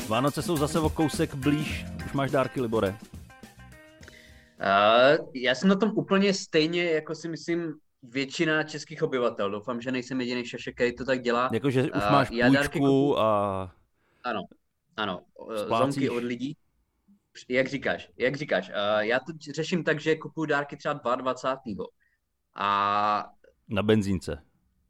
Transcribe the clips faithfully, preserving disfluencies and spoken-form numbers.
Vánoce jsou zase o kousek blíž. Už máš dárky, Libore? Uh, já jsem na tom úplně stejně, jako si myslím, většina českých obyvatel. Doufám, že nejsem jediný šašek, který to tak dělá. Jakože už Uh, máš já dárky půjčku kupu... a... Ano, ano. Splácíš. Zonky od lidí. Jak říkáš, jak říkáš. Uh, já to řeším tak, že kupuju dárky třeba dvacátého druhého A... Na benzínce.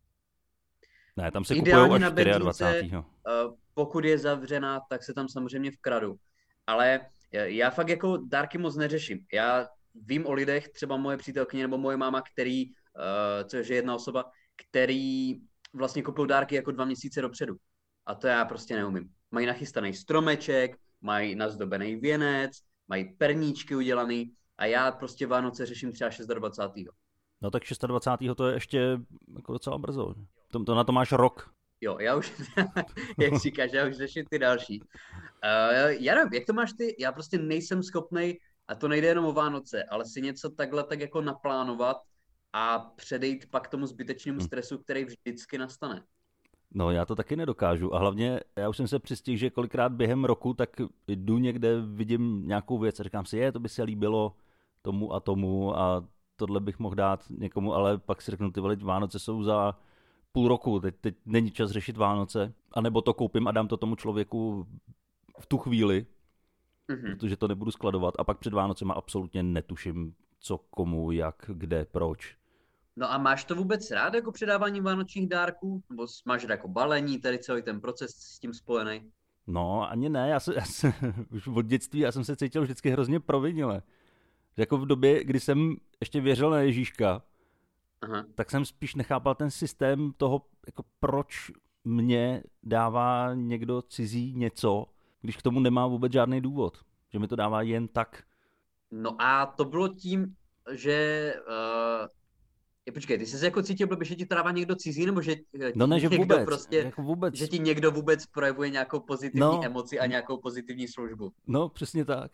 Ne, tam se Ideálně kupujou až na dvacátého benzínce, uh, pokud je zavřená, tak se tam samozřejmě vkradu. Ale já fakt jako dárky moc neřeším. Já vím o lidech, třeba moje přítelkyně nebo moje máma, který, uh, což je jedna osoba, který vlastně kupují dárky jako dva měsíce dopředu. A to já prostě neumím. Mají nachystaný stromeček, mají nazdobený věnec, mají perníčky udělaný a já prostě Vánoce řeším třeba dvacátého šestého No tak dvacátého šestého to je ještě jako docela brzo. To, to na to máš rok. Jo, já už, jak říkáš, já už řeším ty další. Uh, já nevím, jak to máš ty? Já prostě nejsem schopnej, a to nejde jenom o Vánoce, ale si něco takhle tak jako naplánovat a předejít pak tomu zbytečnému stresu, který vždycky nastane. No já to taky nedokážu a hlavně já už jsem se přistihl, že kolikrát během roku tak jdu někde, vidím nějakou věc a říkám si, je, to by se líbilo tomu a tomu a tohle bych mohl dát někomu, ale pak si řeknu, ty vole, Vánoce jsou za půl roku, teď, teď není čas řešit Vánoce, anebo to koupím a dám to tomu člověku v tu chvíli, mm-hmm. protože to nebudu skladovat a pak před Vánocema absolutně netuším, co komu, jak, kde, proč. No a máš to vůbec rád jako předávání vánočních dárků? Nebo máš jako balení, tady celý ten proces s tím spojený? No ani ne, já, se, já se, už od dětství já jsem se cítil vždycky hrozně provinile. Jako v době, kdy jsem ještě věřil na Ježíška, Aha. tak jsem spíš nechápal ten systém toho, jako proč mě dává někdo cizí něco, když k tomu nemá vůbec žádný důvod. Že mi to dává jen tak. No a to bylo tím, že... Uh, je, počkej, ty jsi se jako cítil blbě, že ti to dává někdo cizí, nebo že, no ne, že vůbec, prostě, jako vůbec. že ti někdo vůbec projevuje nějakou pozitivní no. emoci a nějakou pozitivní službu? No, přesně tak.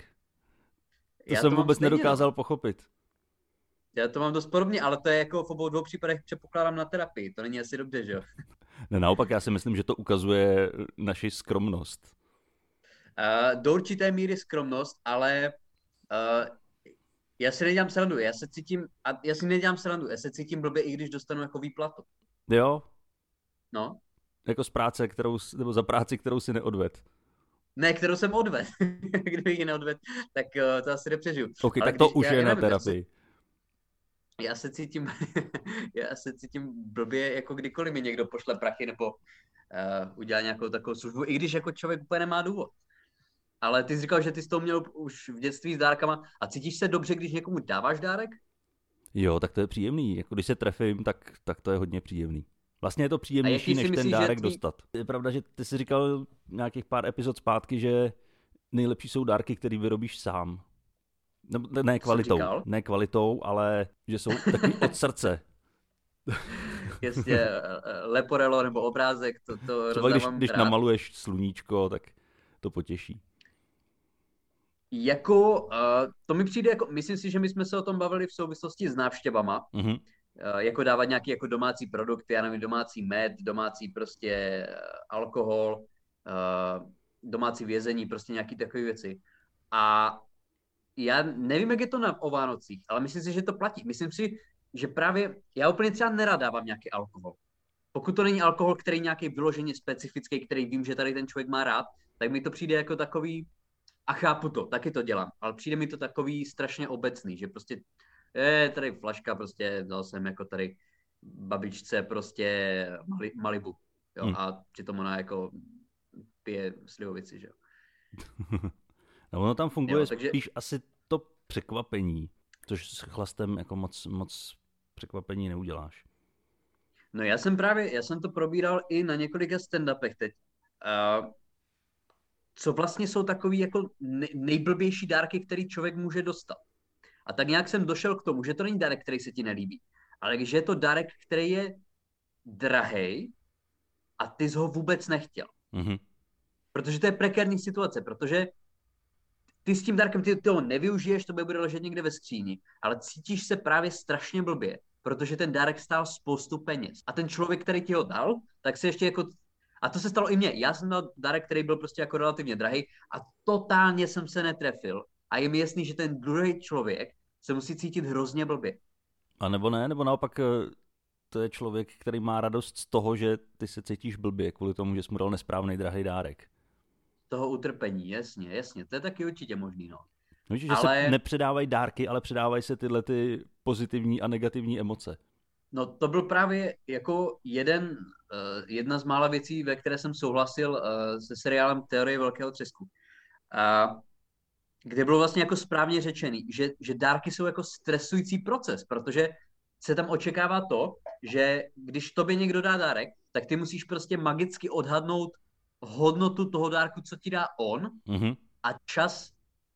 To Já jsem to vůbec stejně, nedokázal no. pochopit. Já to mám dost podobně, ale to je jako v obou dvou případech předpokládám na terapii. To není asi dobře, že jo? Ne, naopak já si myslím, že to ukazuje naši skromnost. Uh, do určité míry skromnost, ale uh, já si nedělám srandu. Já se cítím, a já si nedělám srandu, já se cítím blbě, i když dostanu jako výplatu. Jo? No. Jako z práce, kterou, nebo za práci, kterou si neodved. Ne, kterou jsem odvedl. Kdybych ji neodvedl, tak uh, to asi nepřežiju. Ok, ale tak to když, už já, je já na nevím, terapii. Já se cítím, já se cítím blbě, jako kdykoliv mi někdo pošle prachy nebo uh, udělá nějakou takovou službu, i když jako člověk úplně nemá důvod. Ale ty jsi říkal, že ty jsi to měl už v dětství s dárkama a cítíš se dobře, když někomu dáváš dárek? Jo, tak to je příjemný. Jako když se trefím, tak, tak to je hodně příjemný. Vlastně je to příjemnější, než myslíš, ten dárek tvý... dostat. Je pravda, že ty jsi říkal nějakých pár epizod zpátky, že nejlepší jsou dárky, které vyrobíš sám. Ne, ne kvalitou, ne kvalitou, ale že jsou takový od srdce. Jasně, leporelo nebo obrázek, to, to třeba když, když namaluješ sluníčko, tak to potěší. Jako, uh, to mi přijde jako, myslím si, že my jsme se o tom bavili v souvislosti s návštěvama, mm-hmm. uh, jako dávat nějaký jako domácí produkty, já nevím, domácí med, domácí prostě uh, alkohol, uh, domácí vězení, prostě nějaký takové věci. A já nevím, jak je to na, o Vánocích, ale myslím si, že to platí. Myslím si, že právě, já úplně třeba nerad dávám nějaký alkohol. Pokud to není alkohol, který nějaký vyloženě specifický, který vím, že tady ten člověk má rád, tak mi to přijde jako takový, a chápu to, taky to dělám, ale přijde mi to takový strašně obecný, že prostě, je tady flaška, prostě dal jsem jako tady babičce prostě Mali, Malibu, jo, hmm. a přitom ona jako pije slivovici, že jo. No ono tam funguje jo, takže... spíš asi to překvapení, což s chlastem jako moc, moc překvapení neuděláš. No já jsem právě, já jsem to probíral i na několika stand-upech teď. Uh, co vlastně jsou takový jako nejblbější dárky, který člověk může dostat. A tak nějak jsem došel k tomu, že to není dárek, který se ti nelíbí, ale že je to dárek, který je drahej a ty jsi ho vůbec nechtěl. Mm-hmm. Protože to je prekérní situace, protože ty s tím dárkem, ty, ty ho nevyužiješ, to bude ležet někde ve skříni, ale cítíš se právě strašně blbě, protože ten dárek stál spoustu peněz. A ten člověk, který ti ho dal, tak se ještě jako... A to se stalo i mně. Já jsem měl dárek, který byl prostě jako relativně drahý a totálně jsem se netrefil. A je mi jasný, že ten druhý člověk se musí cítit hrozně blbě. A nebo ne, nebo naopak to je člověk, který má radost z toho, že ty se cítíš blbě kvůli tomu, že jsi mu dal nesprávný drahý dárek. Toho utrpení, jasně, jasně. To je taky určitě možný, no. No, že ale... se nepředávají dárky, ale předávají se tyhle ty pozitivní a negativní emoce. No to byl právě jako jeden, jedna z mála věcí, ve které jsem souhlasil se seriálem Teorie velkého třesku. A kde bylo vlastně jako správně řečený, že, že dárky jsou jako stresující proces, protože se tam očekává to, že když tobě někdo dá dárek, tak ty musíš prostě magicky odhadnout hodnotu toho dárku, co ti dá on mm-hmm. a čas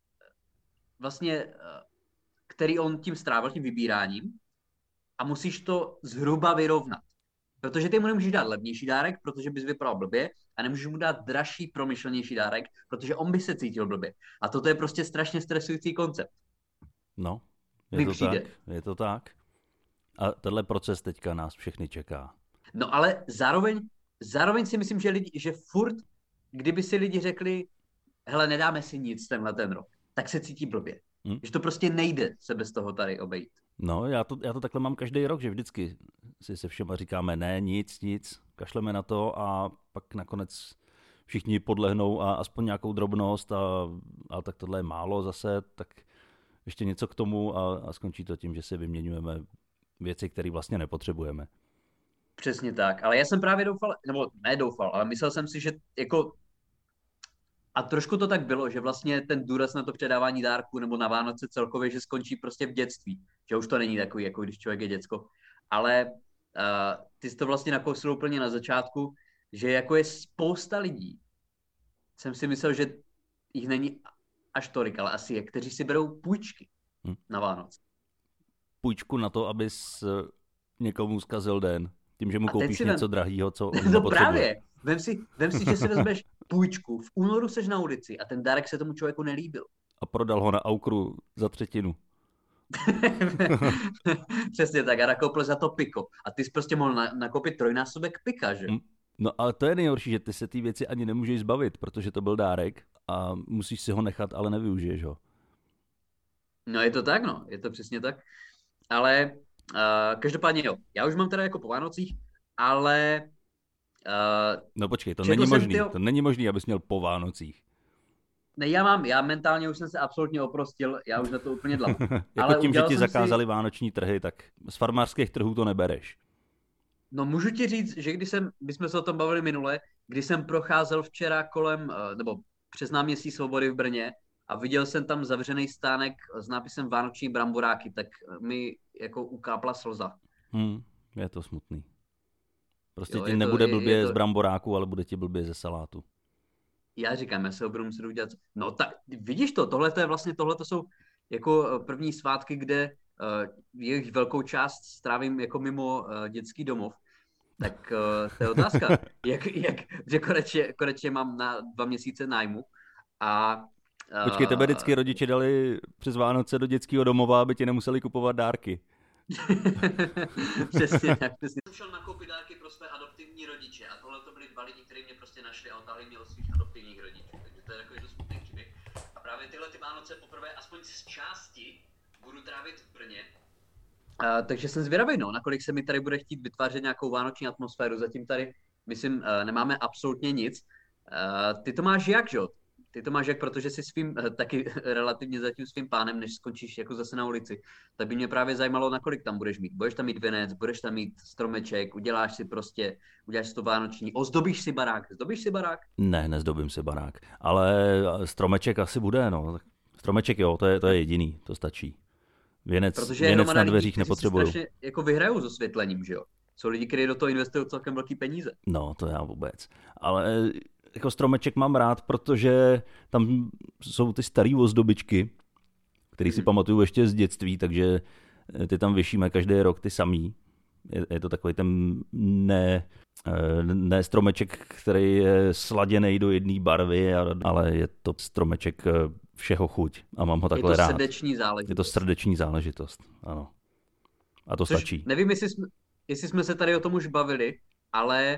vlastně, který on tím strávil, tím vybíráním a musíš to zhruba vyrovnat. Protože ty mu nemůžeš dát levnější dárek, protože bys vypadal blbě a nemůžeš mu dát dražší, promyšlenější dárek, protože on by se cítil blbě. A toto je prostě strašně stresující koncept. No, je to tak, je to tak. A tenhle proces teďka nás všechny čeká. No ale zároveň, zároveň si myslím, že, lidi, že furt, kdyby si lidi řekli, hele, nedáme si nic tenhle ten rok, tak se cítí blbě. Hmm. Že to prostě nejde se bez toho tady obejít. No, já to, já to takhle mám každý rok, že vždycky si se všema říkáme ne, nic, nic, kašleme na to a pak nakonec všichni podlehnou a aspoň nějakou drobnost a, a tak tohle je málo zase, tak ještě něco k tomu a, a skončí to tím, že si vyměňujeme věci, které vlastně nepotřebujeme. Přesně tak, ale já jsem právě doufal, nebo ne doufal, ale myslel jsem si, že jako a trošku to tak bylo, že vlastně ten důraz na to předávání dárků nebo na Vánoce celkově, že skončí prostě v dětství. Že už to není takový, jako když člověk je děcko. Ale uh, ty jsi to vlastně nakousil úplně na začátku, že jako je spousta lidí, jsem si myslel, že jich není až tolik, ale asi je, kteří si berou půjčky hm. na Vánoce. Půjčku na to, abys někomu zkazil den. Tím, že mu a koupíš něco vem... drahýho, co on no nepotřebuje. Právě. Vem si, vem si, že si vezmeš půjčku, v únoru seš na ulici a ten dárek se tomu člověku nelíbil. A prodal ho na Aukru za třetinu. Přesně tak, a nakoupil za to piko. A ty jsi prostě mohl na, nakoupit trojnásobek pika, že? No ale to je nejhorší, že ty se ty věci ani nemůžeš zbavit, protože to byl dárek a musíš si ho nechat, ale nevyužiješ ho. No je to tak, no, je to přesně tak. Ale uh, každopádně jo, já už mám teda jako po Vánocích, ale... Uh, no počkej, to není možný, tyho... to není možný, abys měl po Vánocích. Ne, já mám, já mentálně už jsem se absolutně oprostil, já už na to úplně dlám. Jako ale tím, že ti zakázali si... vánoční trhy, tak z farmářských trhů to nebereš. No můžu ti říct, že když jsem, my jsme se o tom bavili minule, když jsem procházel včera kolem, nebo přes náměstí Svobody v Brně a viděl jsem tam zavřený stánek s nápisem Vánoční bramboráky, tak mi jako ukápla slza. Hmm, je to smutný. Prostě jo, ti nebude to, blbě je, je to... z bramboráku, ale bude ti blbě ze salátu. Já říkám, já se ho budu muset udělat. No tak vidíš to, tohle to je vlastně, tohle to jsou jako první svátky, kde uh, jejich velkou část strávím jako mimo uh, dětský domov. Tak uh, to je otázka, jak, jak, že konečně, konečně mám na dva měsíce nájmu a uh, Počkej, tebe vždycky rodiče dali přes Vánoce do dětského domova, aby ti nemuseli kupovat dárky. Přesně tak, přesně. Jsem šel nakoupit dárky pro své adoptivní rodiče a tohle to byli dva lidi, kteří mě prostě našli a otáhli mě od svých adoptivních rodičů. Takže to je takový dost smutný příběh. A právě tyhle ty Vánoce poprvé aspoň z části budu trávit v Brně. Uh, takže jsem zvědavý, no, nakolik se mi tady bude chtít vytvářet nějakou vánoční atmosféru. Zatím tady, myslím, uh, nemáme absolutně nic. Uh, ty to máš jak, že? Ty to máš jak, protože jsi svým, taky relativně zatím svým pánem, než skončíš jako zase na ulici. Tak by mě právě zajímalo, nakolik tam budeš mít. Budeš tam mít venec, budeš tam mít stromeček, uděláš si prostě, uděláš si to vánoční, ozdobíš si barák. Zdobíš si barák? Ne, nezdobím si barák, ale stromeček asi bude, no. Stromeček jo, to je, to je jediný, to stačí. Věnec, věnec na dveřích nepotřebuju. Protože jako vyhrajou s osvětlením, že jo? Jsou lidi, kteří do toho investují celkem velký peníze. No, to já vůbec. Ale jako stromeček mám rád, protože tam jsou ty starý ozdobičky, který si hmm. pamatuju ještě z dětství, takže ty tam věšíme každý rok ty samý. Je, je to takový ten ne, ne stromeček, který je sladěný do jedné barvy, ale je to stromeček všeho chuť a mám ho takhle rád. Je to srdeční rád. záležitost. Je to srdeční záležitost, ano. A to Což stačí. Nevím, jestli jsme, jestli jsme se tady o tom už bavili, ale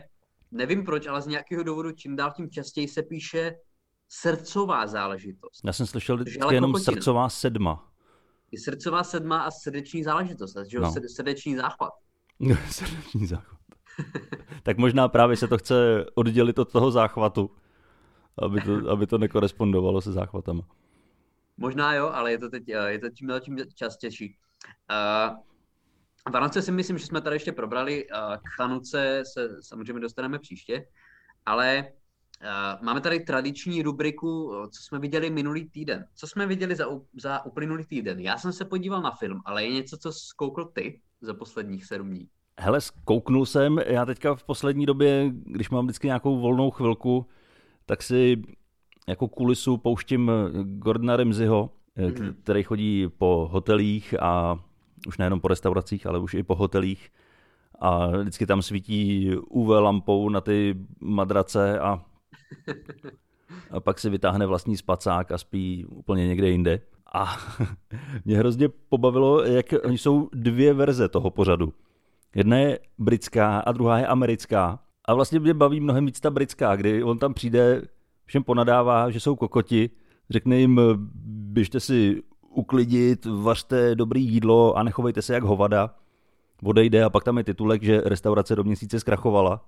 nevím proč, ale z nějakého důvodu čím dál tím častěji se píše srdcová záležitost. Já jsem slyšel vždycky jenom kokotina. Srdcová sedma. Je srdcová sedma a srdeční záležitost, že jo, no. Srdeční záchvat. Srdeční záchvat. Tak možná právě se to chce oddělit od toho záchvatu, aby to, aby to nekorespondovalo se záchvatama. Možná jo, ale je to teď je to tím dál tím častější. Uh, Vánoce si myslím, že jsme tady ještě probrali, uh, k Chanuce se samozřejmě dostaneme příště, ale uh, máme tady tradiční rubriku, co jsme viděli minulý týden. Co jsme viděli za, za uplynulý týden? Já jsem se podíval na film, ale je něco, co zkoukl ty za posledních sedm dní? Hele, zkouknul jsem, já teďka v poslední době, když mám vždycky nějakou volnou chvilku, tak si jako kulisu pouštím Gordona Ramsayho, mm. který chodí po hotelích a už nejenom po restauracích, ale už i po hotelích a vždycky tam svítí U V lampou na ty madrace a, a pak si vytáhne vlastní spacák a spí úplně někde jinde. A mě hrozně pobavilo, jak oni jsou dvě verze toho pořadu. Jedna je britská a druhá je americká. A vlastně mě baví mnohem víc ta britská, kdy on tam přijde, všem ponadává, že jsou kokoti, řekne jim, běžte si uklidit, vařte dobrý jídlo a nechovejte se jak hovada. Odejde a pak tam je titulek, že restaurace do měsíce zkrachovala.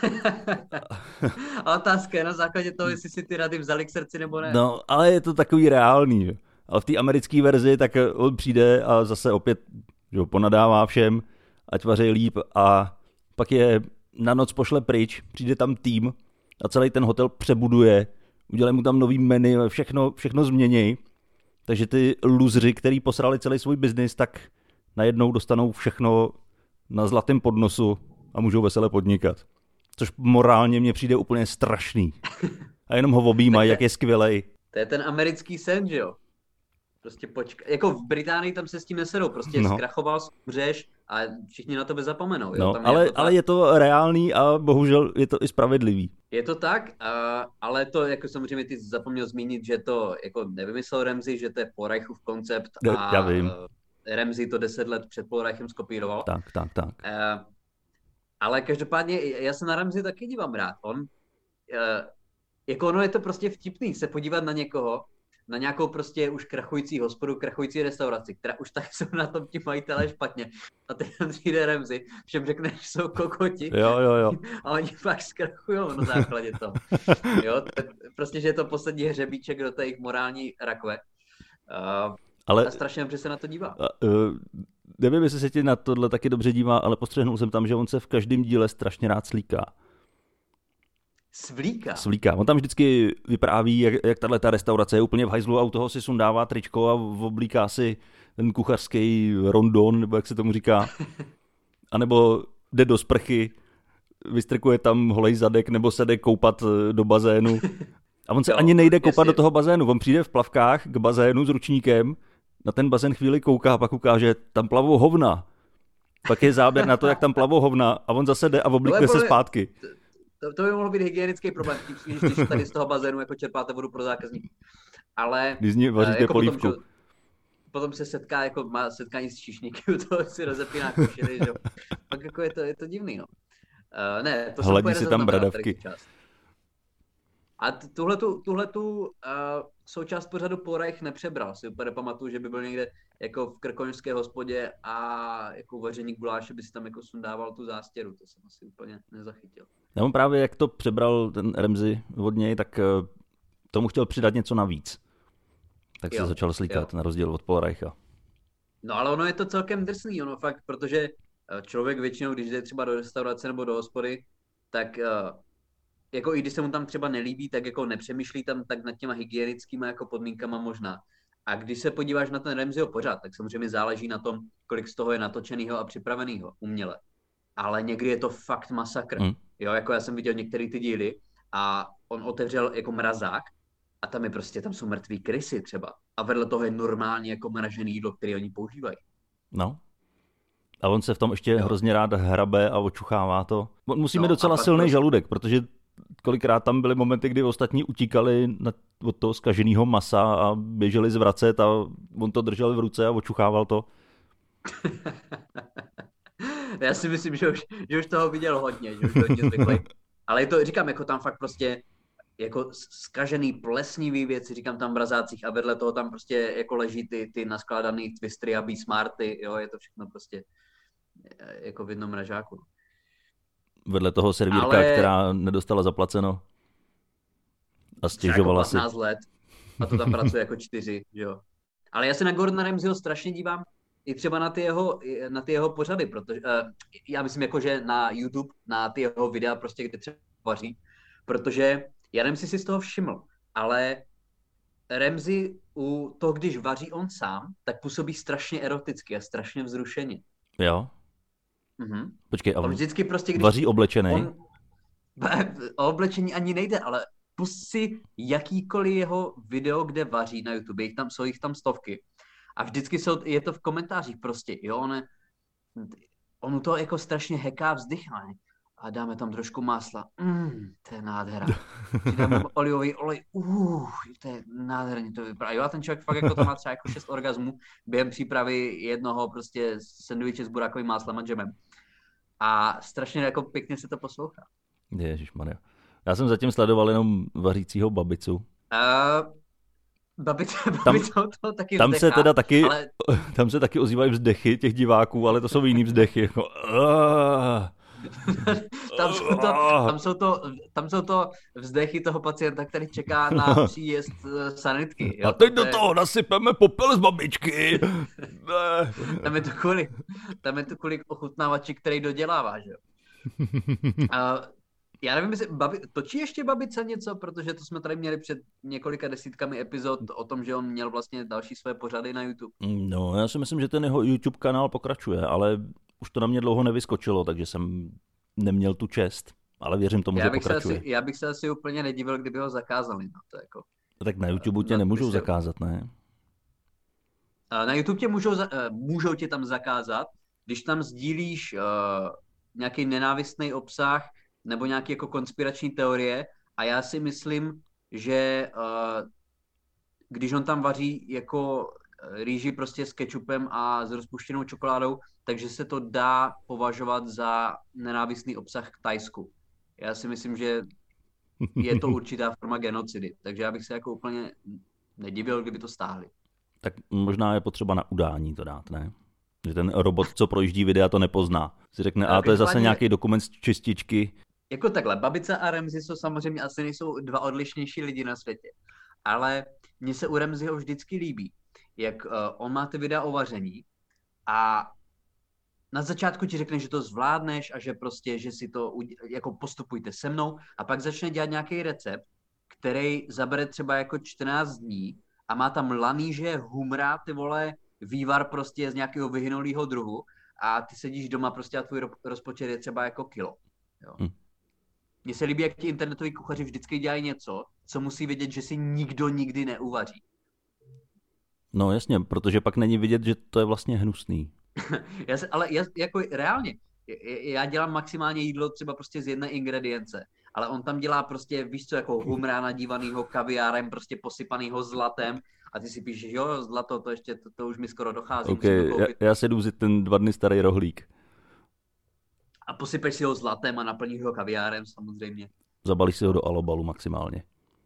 A otázka je na základě toho, jestli si ty rady vzali k srdci nebo ne. No, ale je to takový reálný. Že? Ale v té americké verzi tak on přijde a zase opět že ponadává všem, ať vaří líp a pak je na noc pošle pryč, přijde tam tým a celý ten hotel přebuduje, udělají mu tam nový menu, všechno, všechno změní, takže ty luzři, který posrali celý svůj biznis, tak najednou dostanou všechno na zlatém podnosu a můžou vesele podnikat. Což morálně mně přijde úplně strašný. A jenom ho objímají, jak je skvělej. To je ten americký sen, že jo? Prostě počkej. Jako v Británii tam se s tím nesedou. Prostě no. Zkrachoval, umřeš a všichni na tebe zapomenou. Jo? No, tam ale, je to ale je to reálný a bohužel je to i spravedlivý. Je to tak, uh, ale to jako samozřejmě ty zapomněl zmínit, že to jako nevymyslel Ramsay, že to je Paul Reichův koncept a Já vím. Uh, Ramsay to deset let před Paul Reichem skopíroval. Tak, tak, tak. Uh, ale každopádně já se na Ramsay taky dívám rád. On, uh, jako ono je to prostě vtipný se podívat na někoho, na nějakou prostě už krachující hospodu, krachující restauraci, která už tak jsou na tom ti majitelé špatně. A teď tam přijde Ramsay, všem řekne, že jsou kokoti. Jo, jo, jo. A oni pak zkrachujou na základě toho. Jo, to, prostě, že je to poslední hřebíček do té jejich morální rakve. Uh, ale, a strašně dobře se na to dívá. Uh, nevím, jestli se ti na tohle taky dobře dívá, ale postřehnul jsem tam, že on se v každém díle strašně rád slíká. Svlíká. Svlíká. On tam vždycky vypráví, jak, jak tato restaurace je úplně v hajzlu a u toho si sundává tričko a oblíká si ten kuchařský rondon, nebo jak se tomu říká. A nebo jde do sprchy, vystrkuje tam holej zadek, nebo se jde koupat do bazénu. A on se jo, ani nejde koupat jasně. do toho bazénu. On přijde v plavkách k bazénu s ručníkem, na ten bazén chvíli kouká a pak ukáže, tam plavou hovna. Pak je záběr na to, jak tam plavou hovna a on zase jde a oblíkne se zpátky. To, to by mohl být hygienický problém, když tady z toho bazénu jako čerpáte vodu pro zákazníky. Ale když z ní vaříte jako polívku. Potom, potom se setká, jako má setkání s číšníky, u toho si rozepíná košily, že? Pak jako je to, je to divný, no. Uh, ne, to hledí si tam bradavky. A tuhletu, tuhletu uh, součást pořadu Paul Reich nepřebral. Si úplně pamatuju, že by byl někde jako v krkonošské hospodě a jako vaření guláše by si tam jako sundával tu zástěru. To jsem asi úplně nezachytil. Já mám právě, jak to přebral ten Ramsay od něj, tak uh, tomu chtěl přidat něco navíc. Tak se jo, začal slíkat jo. na rozdíl od Paul Reicha. No ale ono je to celkem drsný, ono fakt, protože člověk většinou, když jde třeba do restaurace nebo do hospody, tak uh, jako i když se mu tam třeba nelíbí, tak jako nepřemýšlí tam tak nad těma hygienickými jako podmínkama možná. A když se podíváš na ten Ramsayho pořad, tak samozřejmě záleží na tom, kolik z toho je natočenýho a připravenýho uměle. Ale někdy je to fakt masakr. Mm. Jo, jako já jsem viděl některé ty díly a on otevřel jako mrazák a tam je prostě, tam jsou mrtví krysy třeba. A vedle toho je normálně jako mražený jídlo, které oni používají. No. A on se v tom ještě jo. hrozně rád hrabe a očuchává to. Musíme no, docela silný prostě... žaludek, protože kolikrát tam byly momenty, kdy ostatní utíkali na, od toho zkaženého masa a běželi zvracet a on to držel v ruce a očuchával to. Já si myslím, že už, že už toho viděl hodně, že už hodně zvyklý. Ale je to, říkám, jako tam fakt prostě jako zkažený plesnivý věci, říkám tam v mrazácích a vedle toho tam prostě jako leží ty, ty naskládaný twistry a Be-Smarty, jo, je to všechno prostě jako v jednom mražáku. Vedle toho servírka, Ale... která nedostala zaplaceno a stěžovala si. Jako patnáct let a to tam pracuje jako čtyři, jo. Ale já se na Gordona Ramsayho strašně dívám i třeba na ty jeho, na ty jeho pořady, protože uh, já myslím jako, že na YouTube, na ty jeho videa prostě, kde třeba vaří, protože já nevím, jestli si z toho všiml, ale Ramsay u toho, když vaří on sám, tak působí strašně eroticky a strašně vzrušeně. Jo? Mhm. Počkej, a on vždycky prostě, když vaří oblečený? On, o oblečení ani nejde, ale pust si jakýkoliv jeho video, kde vaří na YouTube, jich tam, jsou jich tam stovky. A vždycky jsou, je to v komentářích prostě, jo, on, on to jako strašně heká vzdych, ne? A dáme tam trošku másla. Mm, to je nádhera. Dáme olivový olej. Uh, to je nádherně to vypadá. Jo, a ten člověk fakt jako to má třeba jako šest orgazmů během přípravy jednoho prostě sendviče s burákovým máslem a džemem. A strašně jako pěkně se to poslouchá. Ježišmarja. Já jsem zatím sledoval jenom vařícího babicu. Uh, babice, babice tam, to taky tam vzdechá, se teda taky, ale... tam se taky ozývají vzdechy těch diváků, ale to jsou jiný vzdechy. Jako, uh, tam, jsou to, tam, jsou to, tam jsou to vzdechy toho pacienta, který čeká na příjezd sanitky. Jo? A teď do toho nasypeme popel z babičky. tam, je to kvůli, tam je to kvůli ochutnávači, který dodělává. Že? A já nevím, jestli babi, točí ještě babice něco, protože to jsme tady měli před několika desítkami epizod o tom, že on měl vlastně další své pořady na YouTube. No, já si myslím, že ten jeho YouTube kanál pokračuje, ale už to na mě dlouho nevyskočilo, takže jsem neměl tu čest, ale věřím tomu, já že bych pokračuje. Se asi, já bych se asi úplně nedivil, kdyby ho zakázali. No, to jako, tak na YouTube tě nemůžou se... zakázat, ne? Na YouTube tě můžou, můžou tě tam zakázat, když tam sdílíš uh, nějaký nenávistný obsah nebo nějaké jako konspirační teorie a já si myslím, že uh, když on tam vaří jako rýži prostě s kečupem a s rozpuštěnou čokoládou, takže se to dá považovat za nenávistný obsah k Thajsku. Já si myslím, že je to určitá forma genocidy, takže já bych se jako úplně nedivil, kdyby to stáhli. Tak možná je potřeba na udání to dát, ne? Že ten robot, co projíždí videa, to nepozná. Si řekne, a to je zase nějaký dokument z čističky. Jako takhle, babice a Ramsay jsou samozřejmě asi nejsou dva odlišnější lidi na světě. Ale mně se u Ramsayho vždycky líbí, jak uh, on má ty videa o vaření a na začátku ti řekne, že to zvládneš a že prostě, že si to jako postupujte se mnou a pak začne dělat nějaký recept, který zabere třeba jako čtrnáct dní a má tam lanýže, humra, ty vole, vývar prostě z nějakého vyhynulého druhu a ty sedíš doma prostě a tvůj rozpočet je třeba jako kilo. Jo. Hm. Mně se líbí, jak ti internetoví kuchaři vždycky dělají něco, co musí vědět, že si nikdo nikdy neuvaří. No jasně, protože pak není vidět, že to je vlastně hnusný. já se, ale já, jako reálně, já dělám maximálně jídlo třeba prostě z jedné ingredience, ale on tam dělá prostě, víš co, jako humra nadívanýho kaviárem, prostě posypanýho zlatem a ty si píšeš, jo, zlato, to ještě, to, to už mi skoro dochází. Okay, já, já se jdu vzít ten dva dny starý rohlík. A posypeš si ho zlatem a naplníš ho kaviárem samozřejmě. Zabalíš si ho do alobalu maximálně.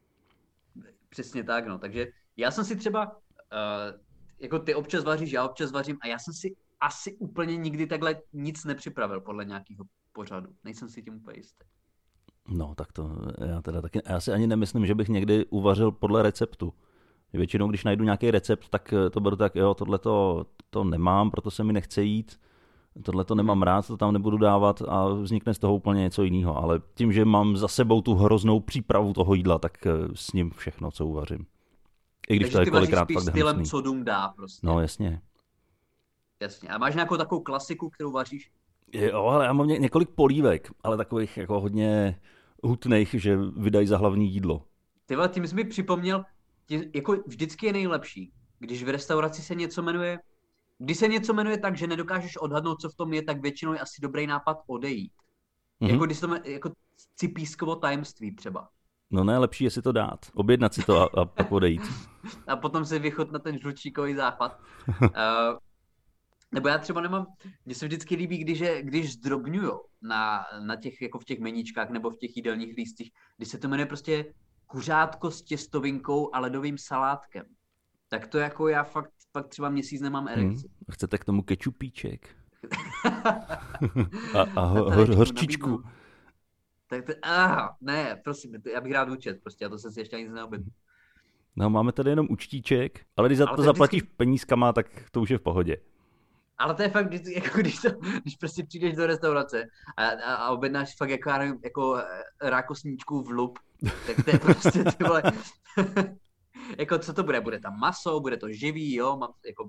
Přesně tak, no, takže já jsem si třeba, uh, jako ty občas vaříš, já občas vařím a já jsem si asi úplně nikdy takhle nic nepřipravil podle nějakého pořadu. Nejsem si tím úplně jistý. No, tak to já teda taky, já si ani nemyslím, že bych někdy uvařil podle receptu. Většinou, když najdu nějaký recept, tak to beru tak, jo, tohle to nemám, proto se mi nechce jít, tohle to nemám rád, to tam nebudu dávat a vznikne z toho úplně něco jiného. Ale tím, že mám za sebou tu hroznou přípravu toho jídla, tak s ním všechno, co uvařím. I když takže to je kolikrát fakt stylem, hnusný. Co dům dá prostě. No, jasně. Jasně. A máš nějakou takovou klasiku, kterou vaříš? Jo, ale já mám ně, několik polívek, ale takových jako hodně hutných, že vydají za hlavní jídlo. Ty vole, tím jsi mi připomněl, tě, jako vždycky je nejlepší, když v restauraci se něco jmenuje, když se něco jmenuje tak, že nedokážeš odhadnout, co v tom je, tak většinou je asi dobrý nápad odejít. Mm-hmm. Jako když to jako cipískovo tajemství třeba. No ne, lepší je si to dát, objednat si to a, a pak odejít. A potom si vychutnat ten žlučíkový západ. uh, nebo já třeba nemám, mně se vždycky líbí, když, je, když zdrobňujou na, na těch, jako v těch meníčkách nebo v těch jídelních lístcích, když se to jmenuje prostě kuřátko s těstovinkou a ledovým salátkem. Tak to jako já fakt, fakt třeba měsíc nemám erekci. Hmm. Chcete k tomu kečupíček? a a ho, ho, hořčičku. Tak to, ah, ne, prosím, já bych rád účet, prostě, a to jsem si ještě nic neobjedl. No, máme tady jenom účtíček, ale když za ale to zaplatíš vždycky... penízkama, tak to už je v pohodě. Ale to je fakt, když, jako když, to, když prostě přijdeš do restaurace a, a, a objednáš fakt jako, jako rákosníčku v lup, tak to je prostě, ty vole, jako co to bude? Bude tam maso, bude to živý, jo, mám, jako,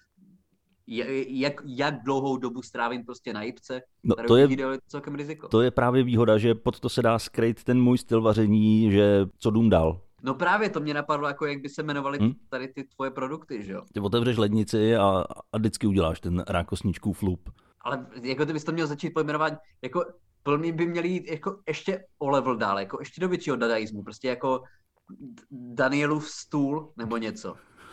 jak, jak dlouhou dobu strávím prostě na jipce, no, to je celkem riziko. To je právě výhoda, že pod to se dá skrýt ten můj styl vaření, že co dům dál. No právě, to mě napadlo, jako jak by se jmenovaly hmm? tady ty tvoje produkty, že jo? Ty otevřeš lednici a, a vždycky uděláš ten rákosničkův lup. Ale jako ty bys to měl začít pojmenovat, jako plný by měli jít jako ještě o level dál, jako ještě do většího dadaismu, prostě jako Danielův stůl nebo něco.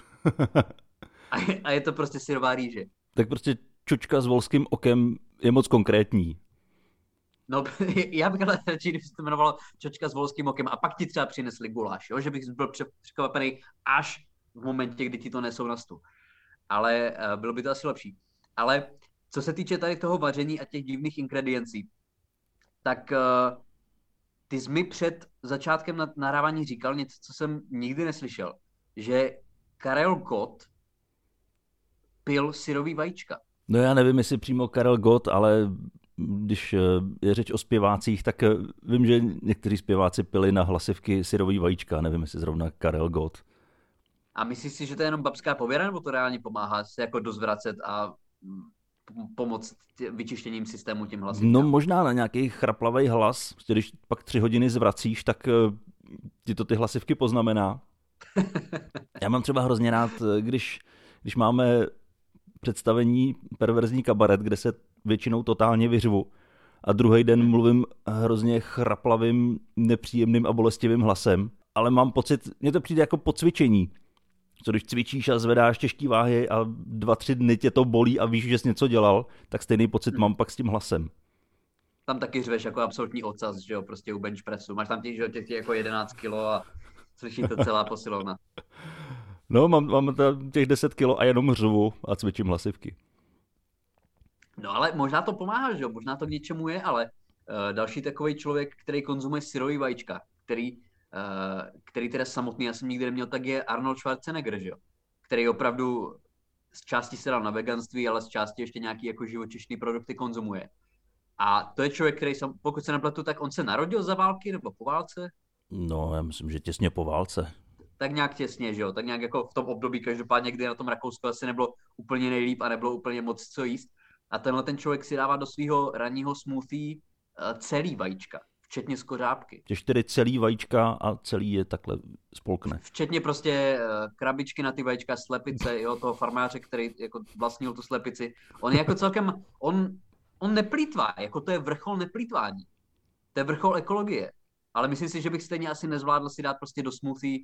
A je, a je to prostě syrová rýže. Tak prostě čočka s volským okem je moc konkrétní. No, já bych ale radši, kdyby se to jmenovalo čočka s volským okem a pak ti třeba přinesli guláš, jo? Že bych byl překvapený až v momentě, kdy ti to nesou na stůl. Ale uh, bylo by to asi lepší. Ale co se týče tady toho vaření a těch divných ingrediencí, tak uh, ty jsi mi před začátkem nahrávání říkal něco, co jsem nikdy neslyšel, že Karel Gott pil syrový vajíčka. No já nevím, jestli přímo Karel Gott, ale když je řeč o zpěvácích, tak vím, že někteří zpěváci pili na hlasivky syrový vajíčka, nevím, jestli zrovna Karel Gott. A myslíš si, že to je jenom babská pověra, nebo to reálně pomáhá se jako dozvracet a pomoct tě, vyčištěním systému tím hlasivkám? No možná na nějaký chraplavý hlas, když pak tři hodiny zvracíš, tak ti to ty hlasivky poznamená. Já mám třeba hrozně rád, když, když máme představení Perverzní kabaret, kde se většinou totálně vyřvu a druhý den mluvím hrozně chraplavým, nepříjemným a bolestivým hlasem, ale mám pocit, mně to přijde jako po cvičení. Co když cvičíš a zvedáš těžký váhy a dva, tři dny tě to bolí a víš, že jsi něco dělal, tak stejný pocit mám pak s tím hlasem. Tam taky řveš jako absolutní ocas, že jo, prostě u bench pressu. Máš tam těch, že jo, těch jako jedenáct kilo a slyší to celá posilovna. No, mám, mám těch deset kilo a jenom řvu a cvičím hlasivky. No ale možná to pomáhá, že jo, možná to k něčemu je, ale uh, další takový člověk, který konzumuje syrový vajíčka, který, uh, který teda samotný, já jsem nikdy neměl, tak je Arnold Schwarzenegger, že jo, který opravdu z části se dal na veganství, ale z části ještě nějaký jako živočišný produkty konzumuje. A to je člověk, který, sam, pokud se nepletu, tak on se narodil za války nebo po válce? No, já myslím, že těsně po válce. Tak nějak těsně, že jo, tak nějak jako v tom období, každopádně, kdy na tom Rakousku asi nebylo úplně nejlíp a nebylo úplně moc co jíst. A tenhle ten člověk si dává do svého ranního smoothie uh, celý vajíčka, včetně skořápky. Tě čtyři celý vajíčka a celý je takhle spolkne. Včetně prostě uh, krabičky na ty vajíčka, slepice, jo, toho farmáře, který jako vlastnil tu slepici. On je jako celkem, on, on neplýtvá, jako to je vrchol neplýtvání. To je vrchol ekologie. Ale myslím si, že bych stejně asi nezvládl si dát prostě do smoothie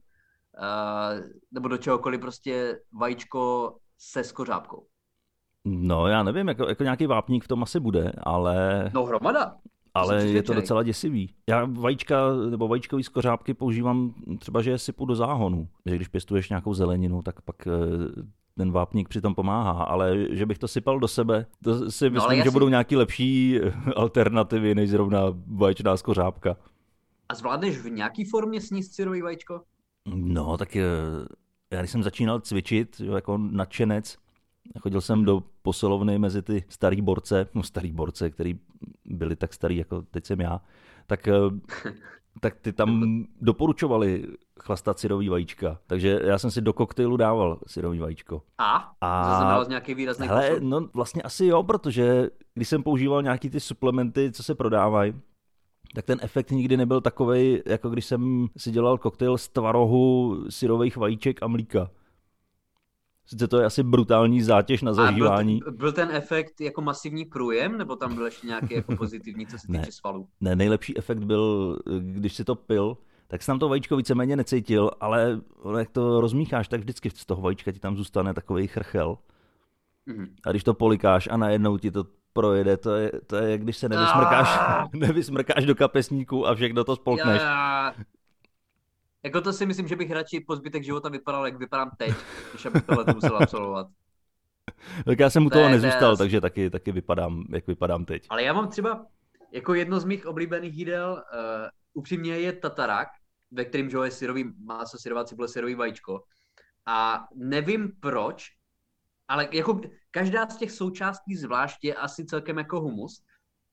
uh, nebo do čehokoliv prostě vajíčko se skořápkou. No, já nevím, jako, jako nějaký vápník v tom asi bude, ale... No hromada. Ale je to docela děsivý. Já vajíčka nebo vajíčkový skořápky používám třeba, že je sypu do záhonu. Že když pěstuješ nějakou zeleninu, tak pak ten vápník přitom pomáhá, ale že bych to sypal do sebe, to si no, myslím, že si... budou nějaký lepší alternativy, než zrovna vaječná skořápka. A zvládneš v nějaký formě sníst syrový vajíčko? No, tak já když jsem začínal cvičit, jako nadšenec, chodil jsem do posilovny mezi ty starý borce, no starý borce, který byli tak starý, jako teď jsem já, tak, tak ty tam doporučovali chlastat syrový vajíčka. Takže já jsem si do koktejlu dával syrový vajíčko. A? A zaznamenal nějaký výrazný hele, posun? No vlastně asi jo, protože když jsem používal nějaký ty suplementy, co se prodávají, tak ten efekt nikdy nebyl takovej, jako když jsem si dělal koktejl z tvarohu, syrových vajíček a mlíka. Sice to je asi brutální zátěž na zažívání. A byl, byl ten efekt jako masivní průjem, nebo tam byl ještě nějaký jako pozitivní, co se týče ne, svalů? Ne, nejlepší efekt byl, když si to pil, tak jsi tam to vajíčko víceméně necítil, ale jak to rozmícháš, tak vždycky z toho vajíčka ti tam zůstane takovej chrchel. Mm. A když to polikáš a najednou ti to projede, to je, to je jak když se nevysmrkáš, nevysmrkáš do kapesníku a všechno to spolkneš. Já, jako to si myslím, že bych radši po zbytek života vypadal, jak vypadám teď, než abych tohle musel absolvovat. Tak já jsem u to toho nezůstal, je... takže taky, taky vypadám, jak vypadám teď. Ale já mám třeba, jako jedno z mých oblíbených jídel, uh, upřímně je tatarák, ve kterým je syrový máso, syrová cibule, syrový vajíčko. A nevím proč, ale jako každá z těch součástí zvlášť je asi celkem jako humus,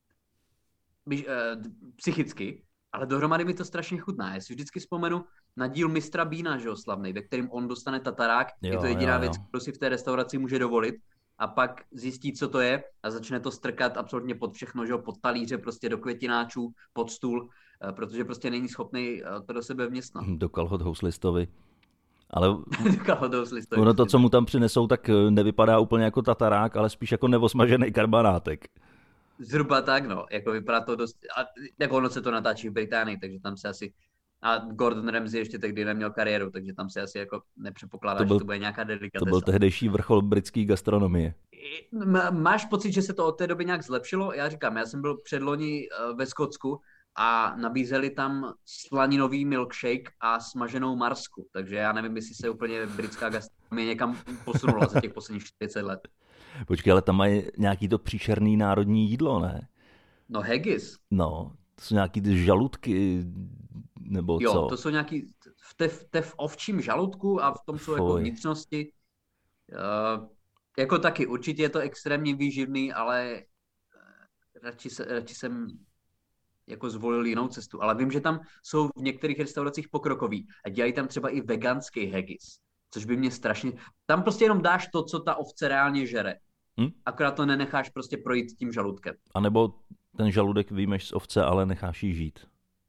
byž, uh, psychicky, ale dohromady mi to strašně chutná. Já si vždycky vzpomenu na díl mistra Beana, že jo, slavnej, ve kterém on dostane tatarák. Jo, je to jediná jo, jo. věc, kterou si v té restauraci může dovolit. A pak zjistí, co to je a začne to strkat absolutně pod všechno, že jo, pod talíře, prostě do květináčů, pod stůl, protože prostě není schopný to do sebe vměstnat. Do kalhot houslistovi. Ale do kalhot houslistovi. Ono to, co mu tam přinesou, tak nevypadá úplně jako tatarák, ale spíš jako nevosmažený karbanátek. Zhruba tak, no. Jako vypadá to dost... A jako ono se to natáčí v Británii, takže tam se asi... A Gordon Ramsay ještě tehdy neměl kariéru, takže tam se asi jako nepředpokládá, to byl, že to bude nějaká delikatesa. To byl tehdejší vrchol britské gastronomie. Máš pocit, že se to od té doby nějak zlepšilo? Já říkám, já jsem byl předloni ve Skotsku a nabízeli tam slaninový milkshake a smaženou marsku, takže já nevím, jestli se úplně britská gastronomie někam posunula za těch posledních čtyřicet let. Počkej, ale tam mají nějaký to příšerný národní jídlo, ne? No haggis. No, to jsou nějaký ty žaludky, nebo jo, co? Jo, to jsou nějaký, v té, v té v ovčím žaludku a v tom jsou Fuj. jako vnitřnosti. Uh, jako taky, určitě je to extrémně výživný, ale radši, se, radši jsem jako zvolil jinou cestu. Ale vím, že tam jsou v některých restauracích pokrokoví a dělají tam třeba i veganský haggis, což by mě strašně... Tam prostě jenom dáš to, co ta ovce reálně žere. Hm? Akorát to nenecháš prostě projít tím žaludkem. A nebo ten žaludek vyjmeš z ovce, ale necháš jí žít.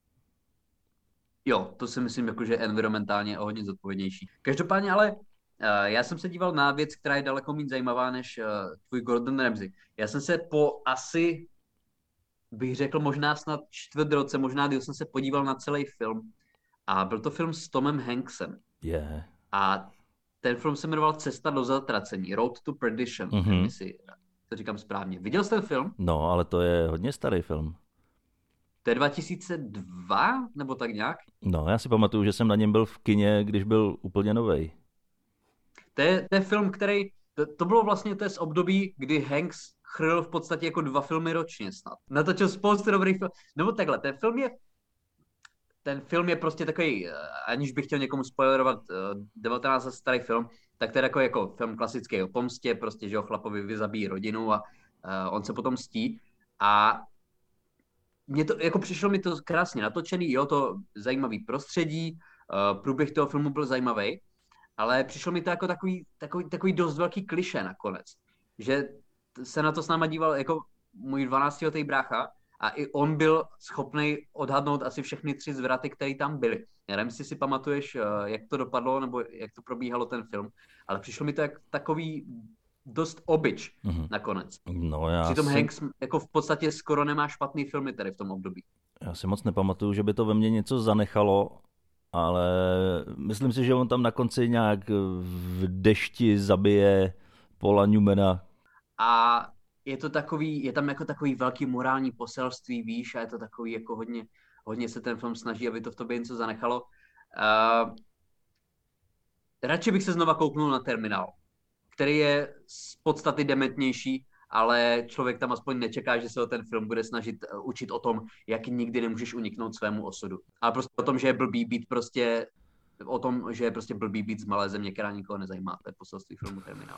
Jo, to si myslím, jako, že je environmentálně o hodně zodpovědnější. Každopádně ale uh, já jsem se díval na věc, která je daleko méně zajímavá než uh, tvůj Gordon Ramsay. Já jsem se po asi, bych řekl možná snad čtvrt roce, možná když jsem se podíval na celý film. A byl to film s Tomem Hanksem. Yeah. A ten film se jmenoval Cesta do zatracení, Road to Perdition, mm-hmm. si to říkám správně. Viděl jsi ten film? No, ale to je hodně starý film. To je dva tisíce dva, nebo tak nějak? No, já si pamatuju, že jsem na něm byl v kině, když byl úplně novej. To je, to je film, který, to, to bylo vlastně to je z období, kdy Hanks chrlil v podstatě jako dva filmy ročně snad. Natočil spoustu dobrých filmů. Nebo takhle, ten film je, ten film je prostě takový, aniž bych chtěl někomu spoilerovat devatenáct let starý film, tak to je takový jako film klasický o pomstě, prostě, že ho chlapovi vyzabíjí rodinu a uh, on se potom mstí. A Mně to, jako přišlo mi to krásně natočený, jo, to zajímavý prostředí, uh, průběh toho filmu byl zajímavý, ale přišlo mi to jako takový, takový, takový dost velký klišé nakonec, že se na to s náma díval jako můj dvanáctiletý brácha a i on byl schopný odhadnout asi všechny tři zvraty, které tam byly. Já nevím, jestli si pamatuješ, uh, jak to dopadlo, nebo jak to probíhalo ten film, ale přišlo mi to jak takový dost obyč mm-hmm. nakonec. No, já Přitom si... Hanks jako v podstatě skoro nemá špatný filmy tady v tom období. Já si moc nepamatuju, že by to ve mně něco zanechalo, ale myslím si, že on tam na konci nějak v dešti zabije Paula Newmana. A je to takový, je tam jako takový velký morální poselství, víš, a je to takový jako hodně, hodně se ten film snaží, aby to v tobě něco zanechalo. Uh, radši bych se znova kouknul na Terminál, který je z podstaty dementnější, ale člověk tam aspoň nečeká, že se o ten film bude snažit učit o tom, jak nikdy nemůžeš uniknout svému osudu. Ale prostě o tom, že je blbý být prostě, o tom, že je prostě blbý být z malé země, která nikoho nezajímá. To je poselství filmu Terminál.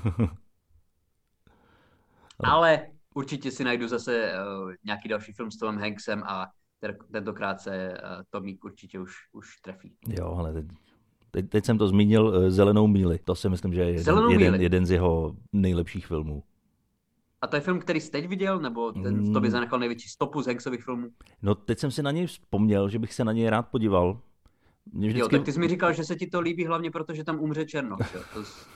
Ale určitě si najdu zase uh, nějaký další film s Tomem Hanksem a tentokrát se uh, Tomík určitě už, už trefí. Jo, ale teď... Teď, teď jsem to zmínil, Zelenou míli. To si myslím, že je jeden, jeden, jeden z jeho nejlepších filmů. A to je film, který jsi teď viděl? Nebo ten v tobě zanechal největší stopu z Hanksových filmů? No teď jsem si na něj vzpomněl, že bych se na něj rád podíval. Mě vždycky... Jo, tak ty jsi mi říkal, že se ti to líbí hlavně proto, že tam umře Černoch. To jsi...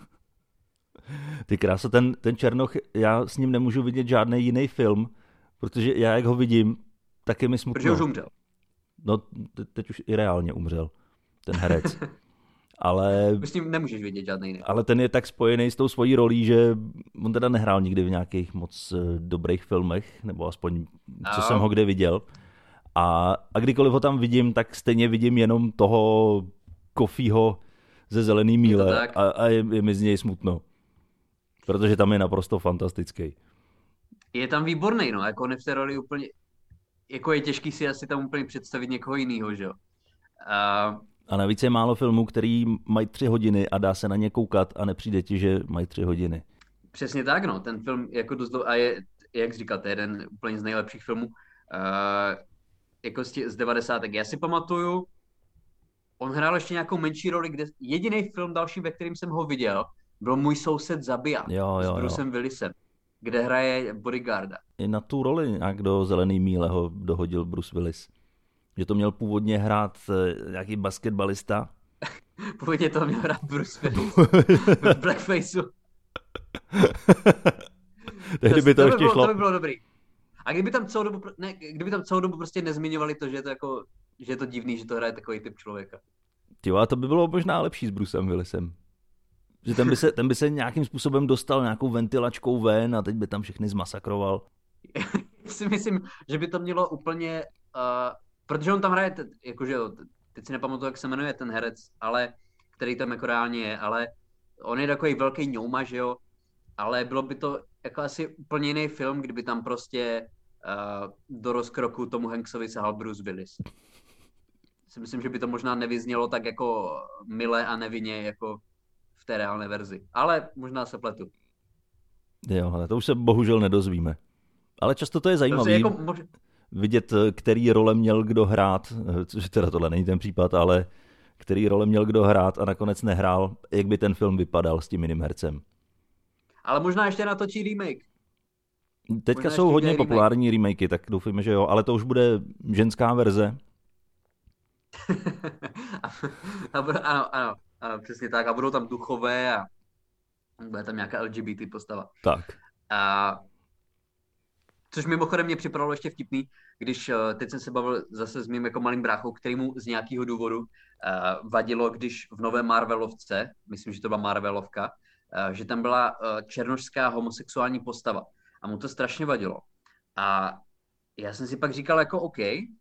Ty krása, ten, ten Černoch, já s ním nemůžu vidět žádný jiný film, protože já jak ho vidím, tak je mi smutno. Protože už umřel. No te, teď už i reálně umřel. Ten herec. Ale, s ním nemůžeš vidět žádný jiný. Ale ten je tak spojený s tou svojí rolí, že on teda nehrál nikdy v nějakých moc dobrých filmech, nebo aspoň co oh. jsem ho kde viděl. A, a kdykoliv ho tam vidím, tak stejně vidím jenom toho Kofího ze Zelený míle a, a je, je mi z něj smutno. Protože tam je naprosto fantastický. Je tam výborný, no, jako on je v té roli úplně, jako je těžký si asi tam úplně představit někoho jiného, že jo. A... a navíc je málo filmů, který mají tři hodiny a dá se na ně koukat a nepřijde ti, že mají tři hodiny. Přesně tak, no, ten film jako dost dlouho, a je, jak říkáte, jeden úplně z nejlepších filmů, uh, jako z, z devadesátek. Já si pamatuju, on hrál ještě nějakou menší roli, kde jediný film další, ve kterým jsem ho viděl, byl Můj soused zabija jo, jo, s Brucem Willisem, kde hraje bodyguarda. I na tu roli nějak do Zelený míle ho dohodil Bruce Willis. Že to měl původně hrát nějaký basketbalista. Původně to měl hrát Bruce Willis v blackfaceu. Tehdy by to, to ještě by bylo, šlo. To by bylo dobrý. A kdyby tam celou dobu, ne, kdyby tam celou dobu prostě nezmiňovali to, že je to jako, že je to divný, že to hraje takový typ člověka. Jo, a to by bylo možná lepší s Brucem Willisem. Že ten by, se, ten by se nějakým způsobem dostal nějakou ventilačkou ven a teď by tam všechny zmasakroval. si myslím, že by to mělo úplně, uh, protože on tam hraje, jakože jo, teď si nepamatuju, jak se jmenuje ten herec, ale který tam jako reálně je, ale on je takový velký ňouma, že jo, ale bylo by to jako asi úplně jiný film, kdyby tam prostě uh, do rozkroku tomu Hanksovi sahal Bruce Willis. Si myslím, že by to možná nevyznělo tak jako milé a nevinně jako v té reálné verzi. Ale možná se pletu. Jo, ale to už se bohužel nedozvíme. Ale často to je zajímavé jako mož... vidět, který role měl kdo hrát, což teda tohle není ten případ, ale který role měl kdo hrát a nakonec nehrál, jak by ten film vypadal s tím jiným hercem. Ale možná ještě natočí remake. Teďka možná jsou hodně remake. populární remakey, tak doufujeme, že jo, ale to už bude ženská verze. ano, ano, ano, přesně tak. A budou tam duchové a bude tam nějaká L G B T postava. Tak. A což mimochodem mě připravilo ještě vtipný, když teď jsem se bavil zase s mým jako malým bráchou, kterýmu z nějakého důvodu uh, vadilo, když v nové Marvelovce, myslím, že to byla Marvelovka, uh, že tam byla uh, černošská homosexuální postava. A mu to strašně vadilo. A já jsem si pak říkal jako OK,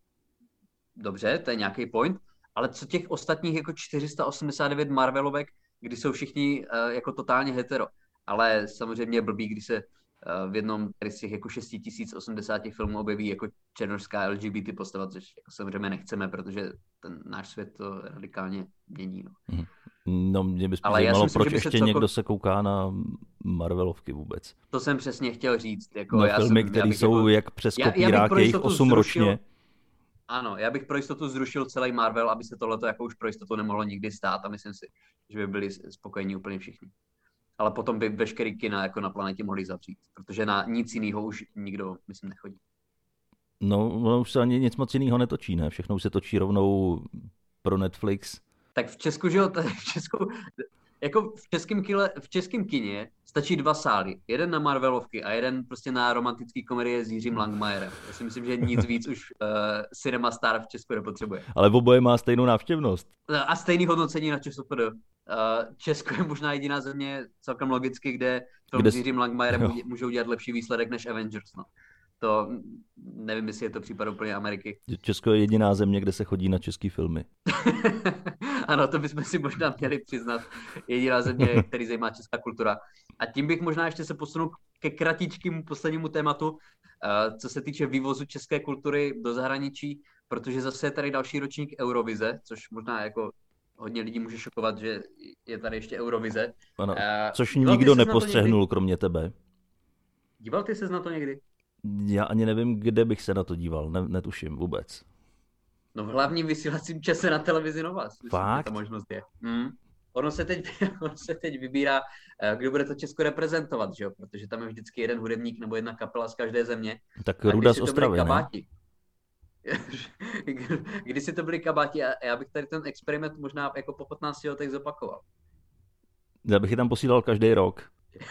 dobře, to je nějaký point, ale co těch ostatních jako čtyři sta osmdesát devět Marvelovek, kdy jsou všichni uh, jako totálně hetero. Ale samozřejmě blbý, když se uh, v jednom z těch jako šest tisíc osmdesát filmů objeví jako černošská L G B T postava, což jako samozřejmě nechceme, protože ten náš svět to radikálně mění. No, no mě by spíš zajímalo, proč ještě celko... někdo se kouká na Marvelovky vůbec. To jsem přesně chtěl říct. Jako na já filmy, jsem, které jsou jako... jak přes kopírák, je jich osm zrušil... ročně. Ano, já bych pro jistotu zrušil celý Marvel, aby se tohleto jako už pro jistotu nemohlo nikdy stát a myslím si, že by byli spokojení úplně všichni. Ale potom by veškerý kina jako na planetě mohli zavřít, protože na nic jiného už nikdo, myslím, nechodí. No, ono už se ani nic moc jiného netočí, ne? Všechno už se točí rovnou pro Netflix. Tak v Česku, že jo, v Česku, jako v českém, kile, v českém kině stačí dva sály. Jeden na Marvelovky a jeden prostě na romantický komedie s Jiřím Langmajerem. Já si myslím, že nic víc už uh, Cinema Star v Česku nepotřebuje. Ale v oboje má stejnou návštěvnost. A stejný hodnocení na ČSFD. Uh, Česko je možná jediná země celkem logicky, kde film kde... s Jiřím Langmajerem jo. můžou dělat lepší výsledek než Avengers. No. To nevím, jestli je to případ úplně Ameriky. Česko je jediná země, kde se chodí na český filmy. Ano, to bychom si možná měli přiznat. Jediná země, který zajímá česká kultura. A tím bych možná ještě se posunul ke kratičkému poslednímu tématu, co se týče vývozu české kultury do zahraničí, protože zase je tady další ročník Eurovize, což možná jako hodně lidí může šokovat, že je tady ještě Eurovize. Ano, což nikdo nepostřehnul, kromě tebe. Díval ty ses na to někdy? Já ani nevím, kde bych se na to díval, ne, netuším vůbec. No v hlavním vysílacím čase na televizi Nova. Fakt? Ta možnost je. Hmm. Ono se teď, ono se teď vybírá, kdo bude to Česko reprezentovat, že jo? Protože tam je vždycky jeden hudebník nebo jedna kapela z každé země. Tak Ruda z Ostravy, ne? Kdysi to byli kabáti a já bych tady ten experiment možná jako po patnácti letech zopakoval. Já bych je tam posílal každý rok.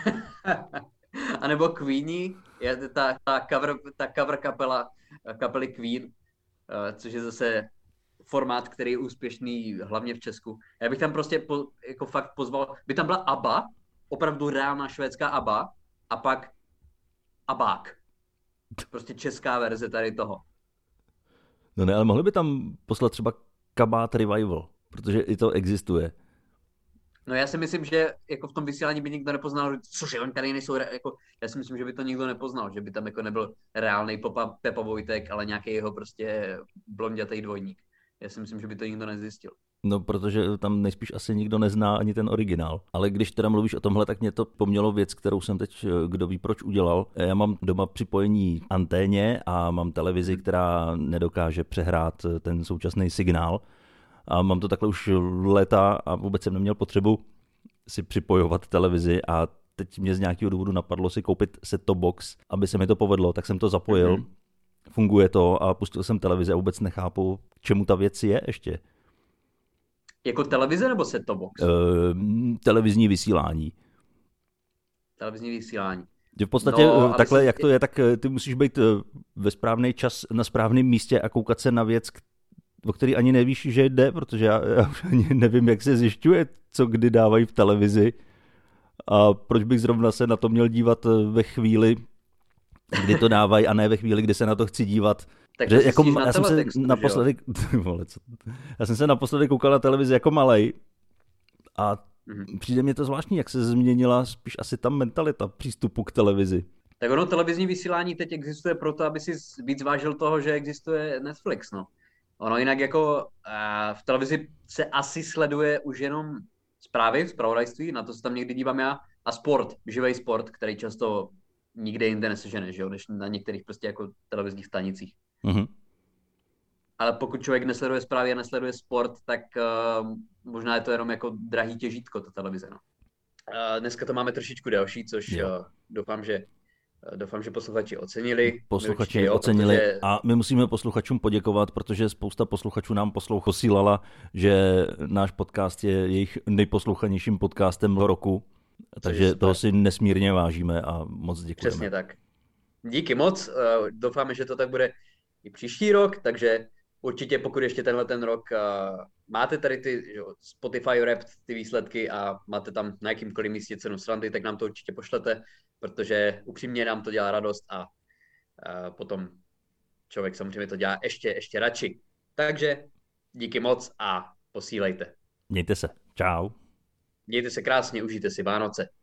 A nebo Queeni, je ta, ta, cover, ta cover kapela kapely Queen, což je zase formát, který je úspěšný hlavně v Česku. Já bych tam prostě po, jako fakt pozval, by tam byla ABBA, opravdu reálná švédská ABBA, a pak ABBák. Prostě česká verze tady toho. No ne, ale mohli by tam poslat třeba Kabát Revival, protože i to existuje. No já si myslím, že jako v tom vysílání by nikdo nepoznal, cože oni tady nejsou, jako, já si myslím, že by to nikdo nepoznal, že by tam jako nebyl reálný Pepa, Pepa Vojtek, ale nějaký jeho prostě blondětej dvojník. Já si myslím, že by to nikdo nezjistil. No, protože tam nejspíš asi nikdo nezná ani ten originál. Ale když teda mluvíš o tomhle, tak mě to pomělo věc, kterou jsem teď, kdo ví proč, udělal. Já mám doma připojení anténě a mám televizi, která nedokáže přehrát ten současný signál. A mám to takhle už léta a vůbec jsem neměl potřebu si připojovat televizi a teď mě z nějakého důvodu napadlo si koupit set-top box, aby se mi to povedlo, tak jsem to zapojil. Mm-hmm. Funguje to a pustil jsem televizi a vůbec nechápu, k čemu ta věc je ještě. Jako televize nebo set-top box? E, televizní vysílání. Televizní vysílání. V podstatě no, takhle, si... jak to je, tak ty musíš být ve správný čas na správném místě a koukat se na věc, o který ani nevíš, že jde, protože já, já už ani nevím, jak se zjišťuje, co kdy dávají v televizi a proč bych zrovna se na to měl dívat ve chvíli, kdy to dávají a ne ve chvíli, kdy se na to chci dívat. Tak že, jako, na já, jsem se naposledy, vole, co, já jsem se naposledy koukal na televizi jako malej a mm-hmm. přijde mě to zvláštní, jak se změnila spíš asi ta mentalita přístupu k televizi. Tak ono televizní vysílání teď existuje proto, aby si víc vážil toho, že existuje Netflix, no. Ono jinak jako uh, v televizi se asi sleduje už jenom zprávy, zpravodajství, na to se tam někdy dívám já, a sport, živý sport, který často nikde jinde nesežene, že jo, než na některých prostě jako televizních stanicích. Mm-hmm. Ale pokud člověk nesleduje zprávy a nesleduje sport, tak uh, možná je to jenom jako drahý těžítko, ta televize, no. Uh, dneska to máme trošičku delší, což uh, doufám, že Doufám, že posluchači ocenili. Posluchači jo, ocenili protože... a my musíme posluchačům poděkovat, protože spousta posluchačů nám posílala, že náš podcast je jejich nejposlouchanějším podcastem roku, takže toho si nesmírně vážíme a moc děkujeme. Přesně tak. Díky moc, doufáme, že to tak bude i příští rok, takže určitě pokud ještě tenhle ten rok máte tady ty jo, Spotify Wrapped, ty výsledky a máte tam na jakýmkoliv místě cenu srandy, tak nám to určitě pošlete, protože upřímně nám to dělá radost a, a potom člověk samozřejmě to dělá ještě, ještě radši. Takže díky moc a posílejte. Mějte se. Čau. Mějte se krásně, užijte si Vánoce.